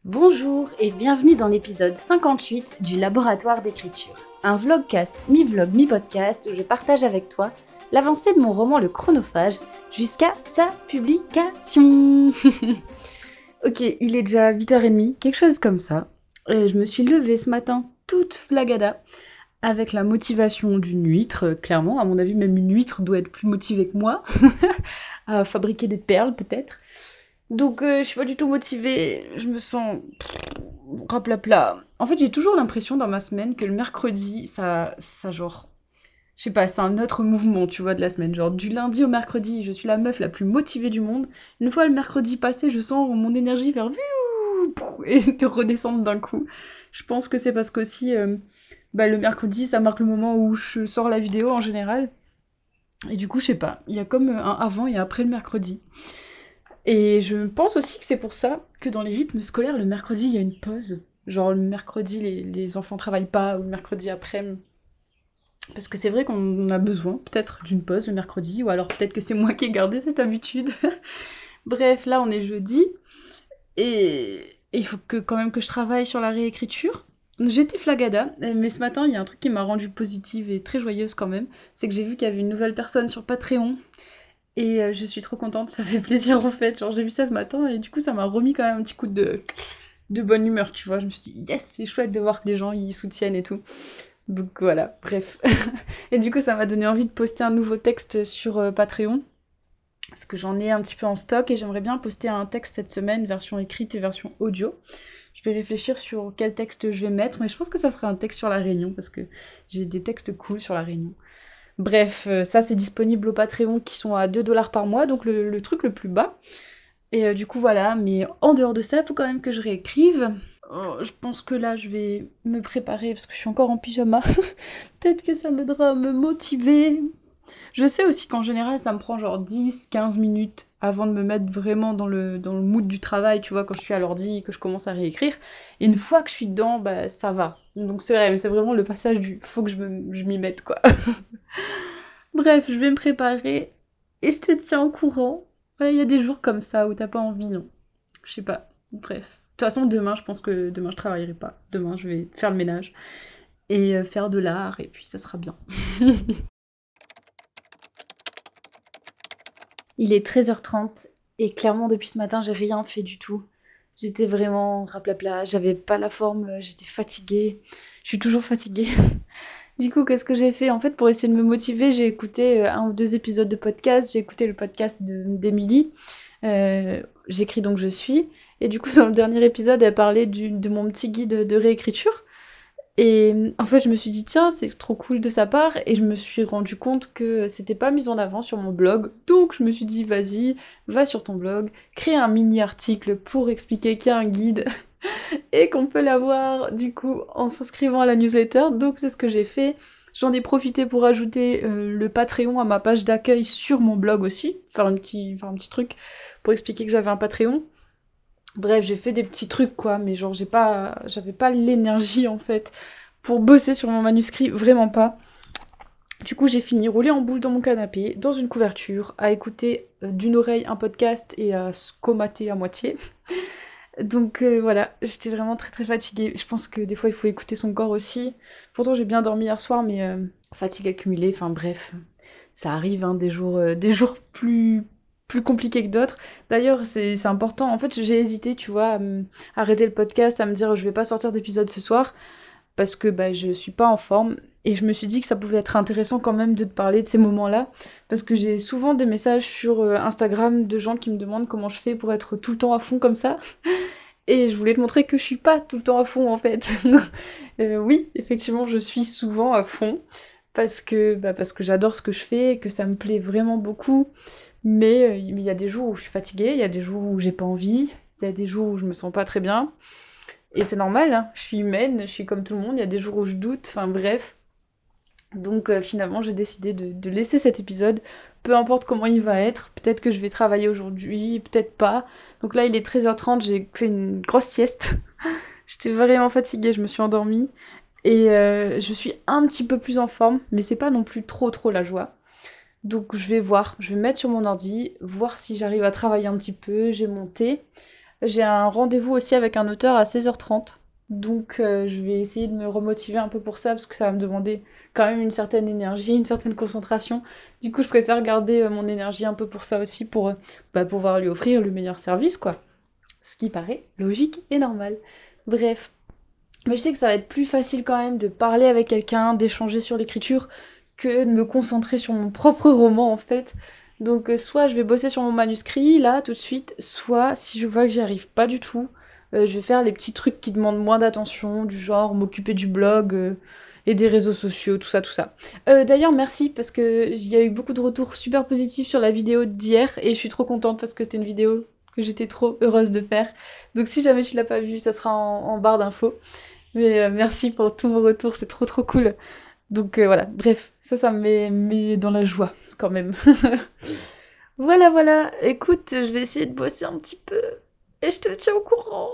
Bonjour et bienvenue dans l'épisode 58 du Laboratoire d'écriture, un vlogcast mi-vlog mi-podcast où je partage avec toi l'avancée de mon roman Le Chronophage jusqu'à sa publication. Ok, il est déjà 8h30, quelque chose comme ça. Et je me suis levée ce matin toute flagada avec la motivation d'une huître, clairement. À mon avis, même une huître doit être plus motivée que moi à fabriquer des perles peut-être. Donc je suis pas du tout motivée, je me sens raplapla. En fait, j'ai toujours l'impression dans ma semaine que le mercredi, ça genre, je sais pas, c'est un autre mouvement, tu vois, de la semaine. Genre du lundi au mercredi, je suis la meuf la plus motivée du monde. Une fois le mercredi passé, je sens mon énergie faire et redescendre d'un coup. Je pense que c'est parce qu'aussi, le mercredi, ça marque le moment où je sors la vidéo en général. Et du coup, je sais pas, il y a comme un avant et après le mercredi. Et je pense aussi que c'est pour ça que dans les rythmes scolaires, le mercredi, il y a une pause. Genre le mercredi, les enfants travaillent pas, ou le mercredi après. Parce que c'est vrai qu'on a besoin peut-être d'une pause le mercredi, ou alors peut-être que c'est moi qui ai gardé cette habitude. Bref, là on est jeudi, et il faut que quand même que je travaille sur la réécriture. J'étais flagada, mais ce matin, il y a un truc qui m'a rendue positive et très joyeuse quand même. C'est que j'ai vu qu'il y avait une nouvelle personne sur Patreon et je suis trop contente, ça fait plaisir en fait. Genre j'ai vu ça ce matin et du coup ça m'a remis quand même un petit coup de bonne humeur, tu vois. Je me suis dit yes, c'est chouette de voir que les gens ils soutiennent et tout. Donc voilà, bref. Et du coup ça m'a donné envie de poster un nouveau texte sur Patreon. Parce que j'en ai un petit peu en stock et j'aimerais bien poster un texte cette semaine, version écrite et version audio. Je vais réfléchir sur quel texte je vais mettre, mais je pense que ça serait un texte sur la Réunion, parce que j'ai des textes cool sur la Réunion. Bref, ça c'est disponible au Patreon qui sont à 2 $ par mois, donc le truc le plus bas. Et du coup voilà, mais en dehors de ça, il faut quand même que je réécrive. Oh, je pense que là je vais me préparer parce que je suis encore en pyjama. Peut-être que ça m'aidera à me motiver. Je sais aussi qu'en général ça me prend genre 10-15 minutes avant de me mettre vraiment dans le mood du travail, tu vois, quand je suis à l'ordi et que je commence à réécrire. Et une fois que je suis dedans, bah ça va. Donc c'est vrai, mais c'est vraiment le passage du faut que je m'y mette quoi. Bref, je vais me préparer et je te tiens au courant. Ouais, il y a des jours comme ça où t'as pas envie, non. Je sais pas. Bref. De toute façon, demain, je pense que demain, je travaillerai pas. Demain, je vais faire le ménage et faire de l'art et puis ça sera bien. Il est 13h30 et clairement, depuis ce matin, j'ai rien fait du tout. J'étais vraiment raplapla, j'avais pas la forme, j'étais fatiguée. Je suis toujours fatiguée. Du coup, qu'est-ce que j'ai fait? En fait, pour essayer de me motiver, j'ai écouté un ou deux épisodes de podcast. J'ai écouté le podcast d'Émilie. J'écris donc je suis. Et du coup, dans le dernier épisode, elle parlait de mon petit guide de réécriture. Et en fait, je me suis dit, tiens, c'est trop cool de sa part. Et je me suis rendu compte que c'était pas mis en avant sur mon blog. Donc, je me suis dit, vas-y, va sur ton blog, crée un mini article pour expliquer qu'il y a un guide et qu'on peut l'avoir du coup en s'inscrivant à la newsletter. Donc c'est ce que j'ai fait. J'en ai profité pour ajouter le Patreon à ma page d'accueil sur mon blog aussi, faire un petit truc pour expliquer que j'avais un Patreon. Bref, j'ai fait des petits trucs quoi, mais genre j'avais pas l'énergie en fait pour bosser sur mon manuscrit, vraiment pas. Du coup, j'ai fini roulé en boule dans mon canapé, dans une couverture, à écouter d'une oreille un podcast et à se comater à moitié. Donc voilà, j'étais vraiment très très fatiguée. Je pense que des fois il faut écouter son corps aussi. Pourtant j'ai bien dormi hier soir, mais fatigue accumulée, enfin bref, ça arrive, hein, des jours plus compliqués que d'autres. D'ailleurs c'est important, en fait j'ai hésité, tu vois, arrêter le podcast, à me dire je vais pas sortir d'épisode ce soir, parce que bah, je suis pas en forme. Et je me suis dit que ça pouvait être intéressant quand même de te parler de ces moments-là, parce que j'ai souvent des messages sur Instagram de gens qui me demandent comment je fais pour être tout le temps à fond comme ça. Et je voulais te montrer que je suis pas tout le temps à fond en fait. Oui, effectivement, je suis souvent à fond parce que j'adore ce que je fais et que ça me plaît vraiment beaucoup. Mais il y a des jours où je suis fatiguée, il y a des jours où j'ai pas envie, il y a des jours où je me sens pas très bien. Et c'est normal, hein, je suis humaine, je suis comme tout le monde, il y a des jours où je doute, enfin bref. Donc finalement, j'ai décidé de laisser cet épisode, peu importe comment il va être. Peut-être que je vais travailler aujourd'hui, peut-être pas. Donc là, il est 13h30, j'ai fait une grosse sieste. J'étais vraiment fatiguée, je me suis endormie. Et je suis un petit peu plus en forme, mais c'est pas non plus trop la joie. Donc je vais voir, je vais me mettre sur mon ordi, voir si j'arrive à travailler un petit peu. J'ai mon thé. J'ai un rendez-vous aussi avec un auteur à 16h30. Donc je vais essayer de me remotiver un peu pour ça parce que ça va me demander quand même une certaine énergie, une certaine concentration. Du coup, je préfère garder mon énergie un peu pour ça aussi, pour pouvoir lui offrir le meilleur service, quoi. Ce qui paraît logique et normal. Bref. Mais je sais que ça va être plus facile quand même de parler avec quelqu'un, d'échanger sur l'écriture, que de me concentrer sur mon propre roman en fait. Donc soit je vais bosser sur mon manuscrit là tout de suite, soit si je vois que j'y arrive pas du tout, je vais faire les petits trucs qui demandent moins d'attention, du genre m'occuper du blog et des réseaux sociaux, tout ça, tout ça. D'ailleurs merci parce que il y a eu beaucoup de retours super positifs sur la vidéo d'hier et je suis trop contente parce que c'était une vidéo que j'étais trop heureuse de faire. Donc si jamais tu l'as pas vue, ça sera en barre d'infos. Mais merci pour tous vos retours, c'est trop trop cool. Donc voilà, bref, ça me met dans la joie quand même. Voilà, voilà, écoute, je vais essayer de bosser un petit peu et je te tiens au courant.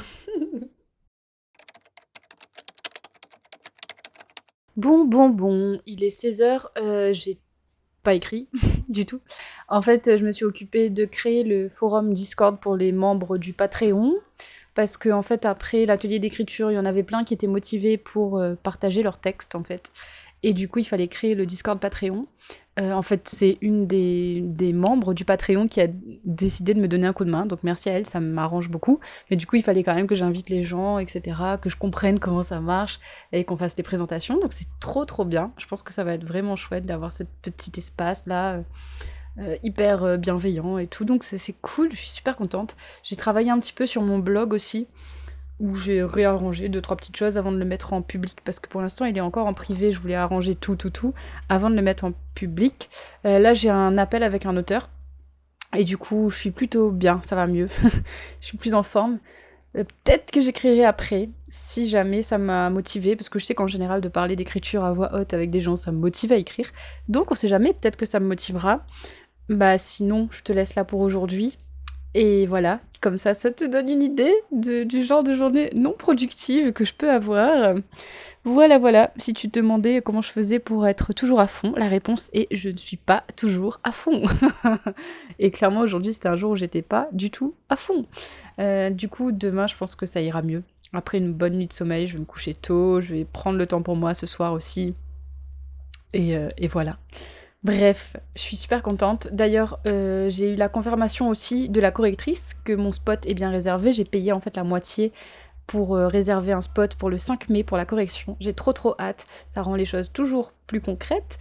Bon, bon, bon, il est 16h, j'ai pas écrit du tout. En fait, je me suis occupée de créer le forum Discord pour les membres du Patreon. Parce que en fait, après l'atelier d'écriture, il y en avait plein qui étaient motivés pour partager leurs textes, en fait. Et du coup, il fallait créer le Discord Patreon. En fait, c'est une des membres du Patreon qui a décidé de me donner un coup de main. Donc merci à elle, ça m'arrange beaucoup. Mais du coup, il fallait quand même que j'invite les gens, etc., que je comprenne comment ça marche et qu'on fasse des présentations. Donc c'est trop trop bien. Je pense que ça va être vraiment chouette d'avoir ce petit espace-là, hyper bienveillant et tout. Donc c'est cool, je suis super contente. J'ai travaillé un petit peu sur mon blog aussi, où j'ai réarrangé deux trois petites choses avant de le mettre en public, parce que pour l'instant il est encore en privé. Je voulais arranger tout avant de le mettre en public. Là j'ai un appel avec un auteur, et du coup je suis plutôt bien, ça va mieux. Je suis plus en forme. Peut-être que j'écrirai après, si jamais ça m'a motivée, parce que je sais qu'en général de parler d'écriture à voix haute avec des gens, ça me motive à écrire. Donc on sait jamais, peut-être que ça me motivera. Bah sinon, je te laisse là pour aujourd'hui. Et voilà, comme ça te donne une idée du genre de journée non productive que je peux avoir. Voilà, voilà. Si tu te demandais comment je faisais pour être toujours à fond, la réponse est je ne suis pas toujours à fond. Et clairement, aujourd'hui, c'était un jour où j'étais pas du tout à fond. Du coup, demain, je pense que ça ira mieux. Après une bonne nuit de sommeil, je vais me coucher tôt, je vais prendre le temps pour moi ce soir aussi. Et voilà. Bref, je suis super contente. D'ailleurs, j'ai eu la confirmation aussi de la correctrice que mon spot est bien réservé. J'ai payé en fait la moitié pour réserver un spot pour le 5 mai pour la correction. J'ai trop trop hâte. Ça rend les choses toujours plus concrètes.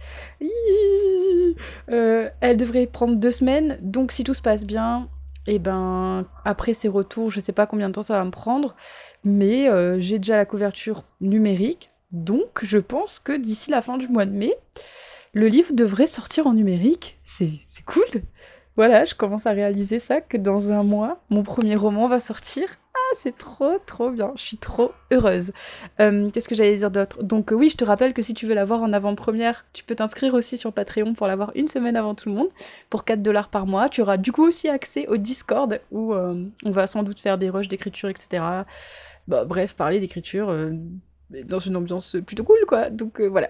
Elle devrait prendre 2 semaines, donc si tout se passe bien, et ben après ces retours, je sais pas combien de temps ça va me prendre, mais j'ai déjà la couverture numérique, donc je pense que d'ici la fin du mois de mai, le livre devrait sortir en numérique. C'est cool. Voilà, je commence à réaliser ça, que dans un mois, mon premier roman va sortir. Ah, c'est trop, trop bien. Je suis trop heureuse. Qu'est-ce que j'allais dire d'autre? Donc oui, je te rappelle que si tu veux l'avoir en avant-première, tu peux t'inscrire aussi sur Patreon pour l'avoir une semaine avant tout le monde, pour 4 $ par mois. Tu auras du coup aussi accès au Discord, où on va sans doute faire des rushs d'écriture, etc. Bah, bref, parler d'écriture dans une ambiance plutôt cool, quoi. Donc voilà.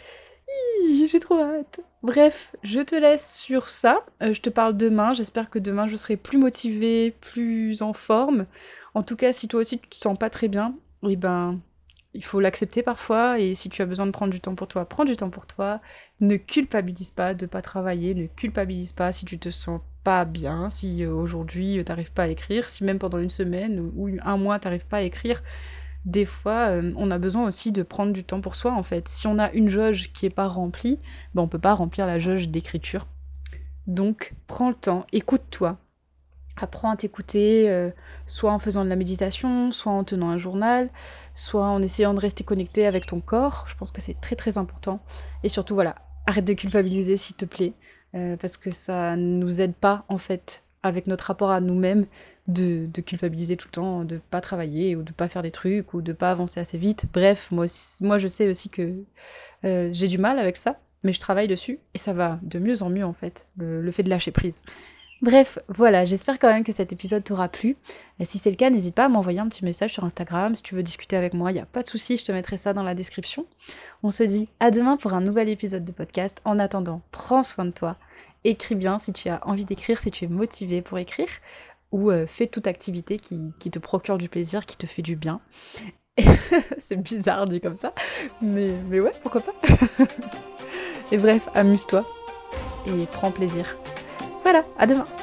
J'ai trop hâte. Bref, je te laisse sur ça. Je te parle demain. J'espère que demain je serai plus motivée, plus en forme. En tout cas, si toi aussi tu te sens pas très bien, eh ben, il faut l'accepter parfois. Et si tu as besoin de prendre du temps pour toi, prends du temps pour toi. Ne culpabilise pas de pas travailler. Ne culpabilise pas si tu te sens pas bien, si aujourd'hui t'arrives pas à écrire, si même pendant une semaine ou un mois t'arrives pas à écrire. Des fois, on a besoin aussi de prendre du temps pour soi, en fait. Si on a une jauge qui est pas remplie, ben, on peut pas remplir la jauge d'écriture. Donc prends le temps, écoute-toi, apprends à t'écouter, soit en faisant de la méditation, soit en tenant un journal, soit en essayant de rester connecté avec ton corps. Je pense que c'est très, très important. Et surtout, voilà, arrête de culpabiliser, s'il te plaît, parce que ça nous aide pas, en fait, avec notre rapport à nous-mêmes, de culpabiliser tout le temps, de pas travailler ou de pas faire des trucs ou de pas avancer assez vite. Bref, moi je sais aussi que, j'ai du mal avec ça, mais je travaille dessus et ça va de mieux en mieux, en fait, le fait de lâcher prise. Bref, voilà, j'espère quand même que cet épisode t'aura plu. Et si c'est le cas, n'hésite pas à m'envoyer un petit message sur Instagram. Si tu veux discuter avec moi, il n'y a pas de souci, je te mettrai ça dans la description. On se dit à demain pour un nouvel épisode de podcast. En attendant, prends soin de toi. Écris bien si tu as envie d'écrire, si tu es motivé pour écrire. ou fais toute activité qui te procure du plaisir, qui te fait du bien. C'est bizarre dit comme ça, mais ouais, pourquoi pas. Et bref, amuse-toi et prends plaisir. Voilà, à demain.